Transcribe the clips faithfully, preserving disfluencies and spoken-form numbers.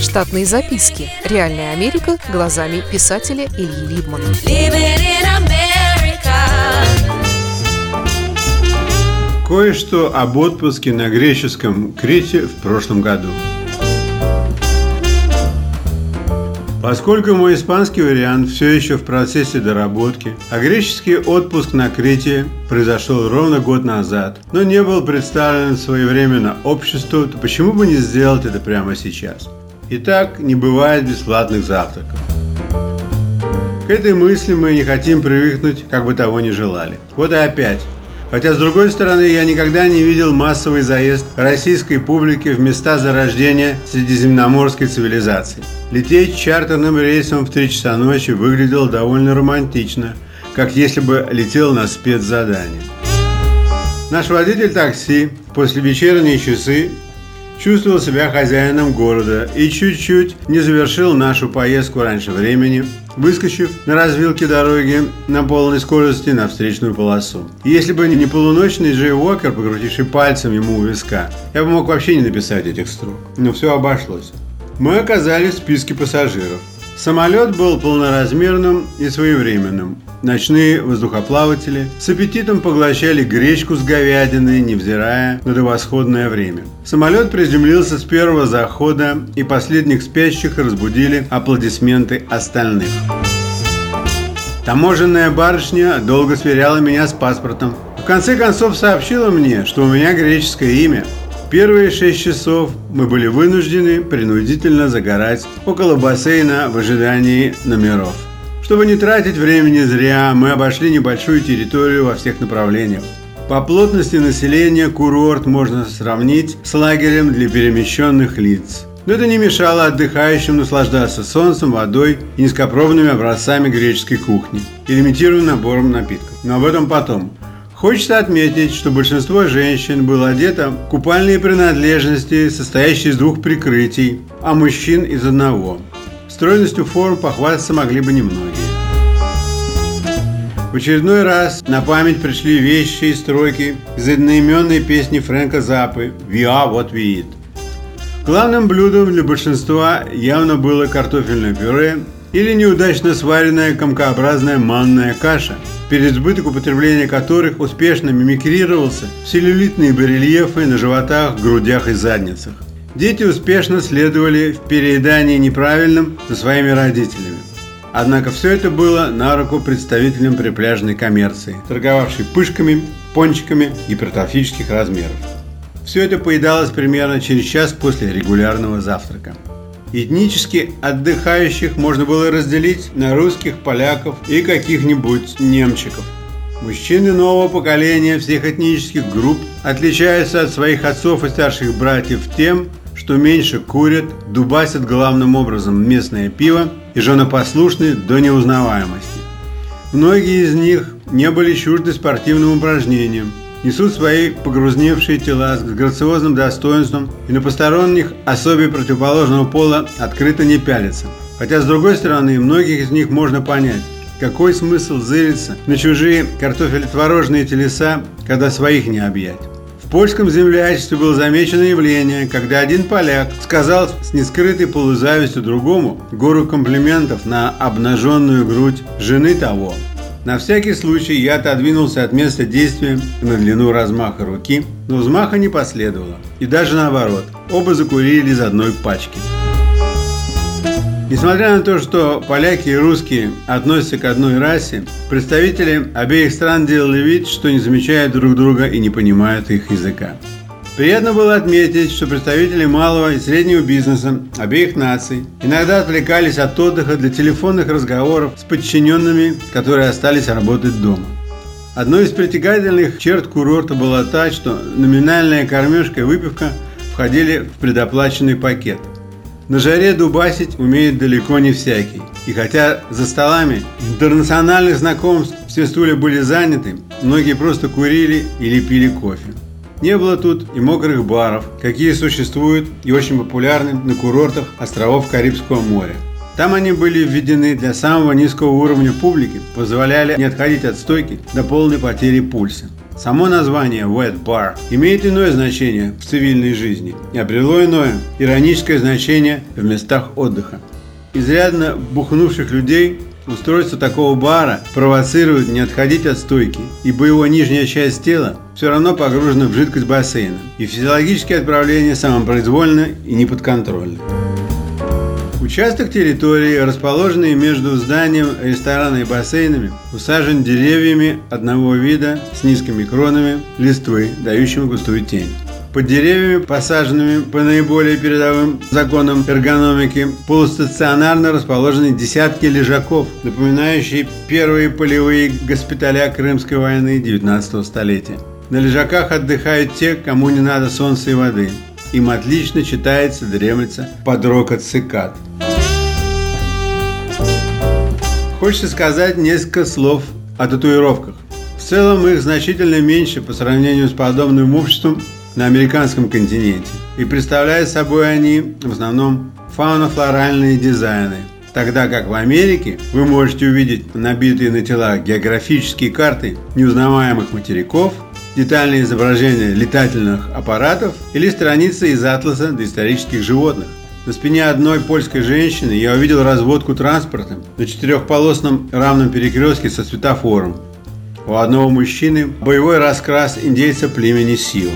Штатные записки. Реальная Америка глазами писателя Ильи Либмана. Кое-что об отпуске на греческом Крите в прошлом году. Поскольку мой испанский вариант все еще в процессе доработки, а греческий отпуск на Крите произошел ровно год назад, но не был представлен своевременно обществу, то почему бы не сделать это прямо сейчас? Итак, не бывает бесплатных завтраков. К этой мысли мы не хотим привыкнуть, как бы того ни желали. Вот и опять. Хотя, с другой стороны, я никогда не видел массовый заезд российской публики в места зарождения средиземноморской цивилизации. Лететь чартерным рейсом в три часа ночи выглядело довольно романтично, как если бы летел на спецзадание. Наш водитель такси после вечерние часы чувствовал себя хозяином города и чуть-чуть не завершил нашу поездку раньше времени, выскочив на развилке дороги на полной скорости на встречную полосу. И если бы не полуночный Джей Уокер, покрутивший пальцем ему у виска, я бы мог вообще не написать этих строк. Но все обошлось. Мы оказались в списке пассажиров. Самолет был полноразмерным и своевременным. Ночные воздухоплаватели с аппетитом поглощали гречку с говядиной, невзирая на довосходное время. Самолет приземлился с первого захода, и последних спящих разбудили аплодисменты остальных. Таможенная барышня долго сверяла меня с паспортом. В конце концов сообщила мне, что у меня греческое имя. Первые шесть часов мы были вынуждены принудительно загорать около бассейна в ожидании номеров. Чтобы не тратить времени зря, мы обошли небольшую территорию во всех направлениях. По плотности населения курорт можно сравнить с лагерем для перемещенных лиц. Но это не мешало отдыхающим наслаждаться солнцем, водой и низкопробными образцами греческой кухни и лимитированным набором напитков. Но об этом потом. Хочется отметить, что большинство женщин было одето в купальные принадлежности, состоящие из двух прикрытий, а мужчин из одного. Стройностью форм похвастаться могли бы немногие. В очередной раз на память пришли вещи и строки из одноименной песни Фрэнка Заппы «We are what we eat». Главным блюдом для большинства явно было картофельное пюре или неудачно сваренная комкообразная манная каша, переизбыток употребления которых успешно мимикрировался в целлюлитные барельефы на животах, грудях и задницах. Дети успешно следовали в переедании неправильным за своими родителями. Однако все это было на руку представителям припляжной коммерции, торговавшей пышками, пончиками гипертрофических размеров. Все это поедалось примерно через час после регулярного завтрака. Этнически отдыхающих можно было разделить на русских, поляков и каких-нибудь немчиков. Мужчины нового поколения всех этнических групп отличаются от своих отцов и старших братьев тем, что меньше курят, дубасят главным образом местное пиво и женопослушны до неузнаваемости. Многие из них не были чужды спортивным упражнениям, несут свои погрузневшие тела с грациозным достоинством и на посторонних особей противоположного пола открыто не пялятся. Хотя, с другой стороны, многих из них можно понять. Какой смысл зыриться на чужие картофелетворожные телеса, когда своих не объять? В польском землячестве было замечено явление, когда один поляк сказал с нескрытой полузавистью другому гору комплиментов на обнаженную грудь жены того. На всякий случай я отодвинулся от места действия на длину размаха руки, но взмаха не последовало. И даже наоборот, оба закурили из одной пачки. Несмотря на то, что поляки и русские относятся к одной расе, представители обеих стран делали вид, что не замечают друг друга и не понимают их языка. Приятно было отметить, что представители малого и среднего бизнеса обеих наций иногда отвлекались от отдыха для телефонных разговоров с подчиненными, которые остались работать дома. Одной из притягательных черт курорта была та, что номинальная кормежка и выпивка входили в предоплаченный пакет. На жаре дубасить умеет далеко не всякий. И хотя за столами интернациональных знакомств все стулья были заняты, многие просто курили или пили кофе. Не было тут и мокрых баров, какие существуют и очень популярны на курортах островов Карибского моря. Там они были введены для самого низкого уровня публики, позволяли не отходить от стойки до полной потери пульса. Само название «wet bar» имеет иное значение в цивильной жизни и обрело иное ироническое значение в местах отдыха. Изрядно бухнувших людей устройство такого бара провоцирует не отходить от стойки, ибо его нижняя часть тела все равно погружена в жидкость бассейна, и физиологические отправления самопроизвольны и неподконтрольны. Участок территории, расположенный между зданием ресторана и бассейнами, усажен деревьями одного вида с низкими кронами листвы, дающими густую тень. Под деревьями, посаженными по наиболее передовым законам эргономики, полустационарно расположены десятки лежаков, напоминающие первые полевые госпиталя Крымской войны девятнадцатого столетия. На лежаках отдыхают те, кому не надо солнца и воды. Им отлично читается, дремлется под рокот цикад. Хочется сказать несколько слов о татуировках. В целом их значительно меньше по сравнению с подобным обществом на американском континенте, и представляют собой они в основном фауно-флоральные дизайны, тогда как в Америке вы можете увидеть набитые на телах географические карты неузнаваемых материков, детальные изображения летательных аппаратов или страницы из атласа доисторических животных. На спине одной польской женщины я увидел разводку транспорта на четырехполосном равном перекрестке со светофором. У одного мужчины боевой раскрас индейца племени Сиу.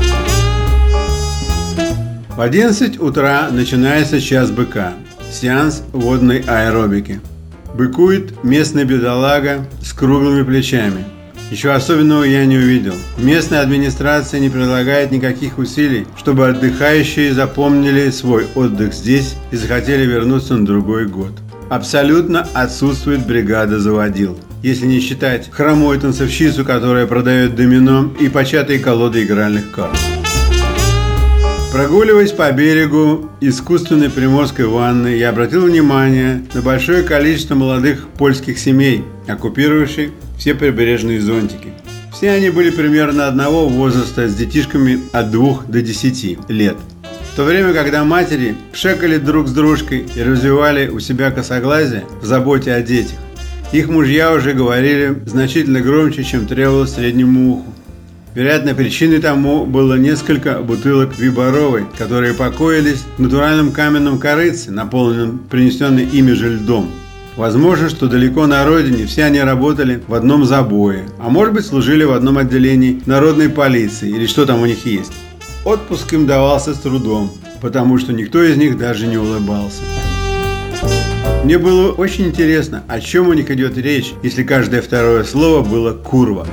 В одиннадцать утра начинается час быка, сеанс водной аэробики. Быкует местный бедолага с круглыми плечами. Ничего особенного я не увидел. Местная администрация не прилагает никаких усилий, чтобы отдыхающие запомнили свой отдых здесь и захотели вернуться на другой год. Абсолютно отсутствует бригада заводил, если не считать хромую танцовщицу, которая продает домино и початые колоды игральных карт. Прогуливаясь по берегу искусственной приморской ванны, я обратил внимание на большое количество молодых польских семей, оккупировавших все прибрежные зонтики. Все они были примерно одного возраста, с детишками от двух до десяти лет. В то время, когда матери пшекали друг с дружкой и развивали у себя косоглазие в заботе о детях, их мужья уже говорили значительно громче, чем требовалось среднему уху. Вероятно, причиной тому было несколько бутылок Виборовой, которые покоились в натуральном каменном корыце, наполненном принесенным ими же льдом. Возможно, что далеко на родине все они работали в одном забое, а может быть служили в одном отделении народной полиции или что там у них есть. Отпуск им давался с трудом, потому что никто из них даже не улыбался. Мне было очень интересно, о чем у них идет речь, если каждое второе слово было «курва».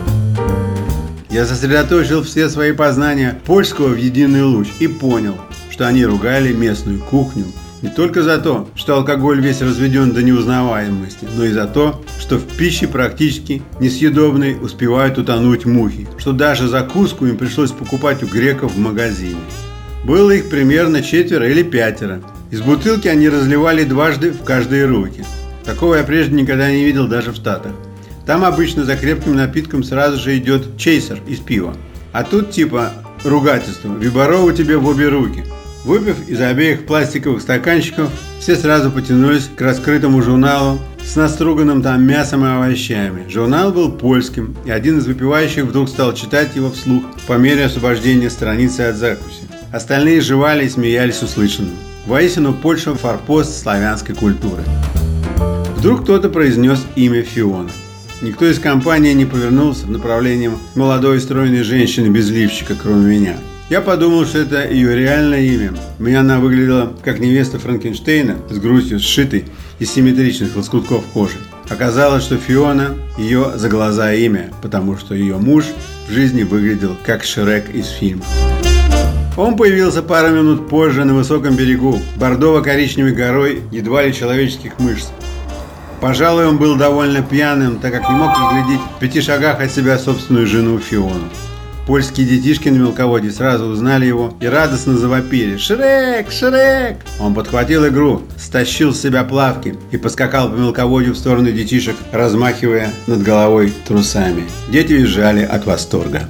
Я сосредоточил все свои познания польского в единый луч и понял, что они ругали местную кухню не только за то, что алкоголь весь разведен до неузнаваемости, но и за то, что в пище практически несъедобной успевают утонуть мухи, что даже закуску им пришлось покупать у греков в магазине. Было их примерно четверо или пятеро. Из бутылки они разливали дважды в каждые руки. Такого я прежде никогда не видел даже в Штатах. Там обычно за крепким напитком сразу же идет чейсер из пива. А тут типа ругательство «Виборову тебе в обе руки». Выпив из обеих пластиковых стаканчиков, все сразу потянулись к раскрытому журналу с наструганным там мясом и овощами. Журнал был польским, и один из выпивающих вдруг стал читать его вслух по мере освобождения страницы от закуси. Остальные жевали и смеялись услышанным. Воистину, Польша – форпост славянской культуры. Вдруг кто-то произнес имя Фиона. Никто из компании не повернулся в направлении молодой стройной женщины без лифчика, кроме меня. Я подумал, что это ее реальное имя. У меня она выглядела как невеста Франкенштейна с грудью, сшитой из симметричных лоскутков кожи. Оказалось, что Фиона – ее за глаза имя, потому что ее муж в жизни выглядел как Шрек из фильма. Он появился пару минут позже на высоком берегу, бордово-коричневой горой едва ли человеческих мышц. Пожалуй, он был довольно пьяным, так как не мог разглядеть в пяти шагах от себя собственную жену Фиону. Польские детишки на мелководье сразу узнали его и радостно завопили: «Шрек! Шрек!». Он подхватил игру, стащил с себя плавки и поскакал по мелководью в сторону детишек, размахивая над головой трусами. Дети визжали от восторга.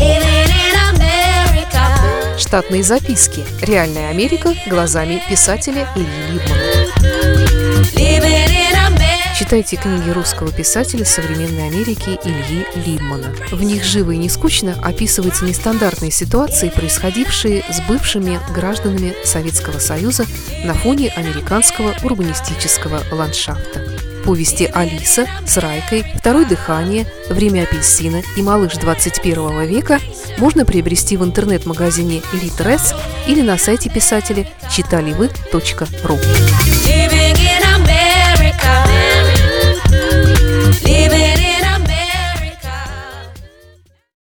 Штатные записки. Реальная Америка глазами писателя Ильи Либмана. Читайте Читайте книги русского писателя современной Америки Ильи Либмана. В них живо и не скучно описываются нестандартные ситуации, происходившие с бывшими гражданами Советского Союза на фоне американского урбанистического ландшафта. Повести «Алиса», «С Райкой», «Второе дыхание», «Время апельсина» и «Малыш двадцать первого века» можно приобрести в интернет-магазине Литрес или на сайте писателя читаливы точка ру.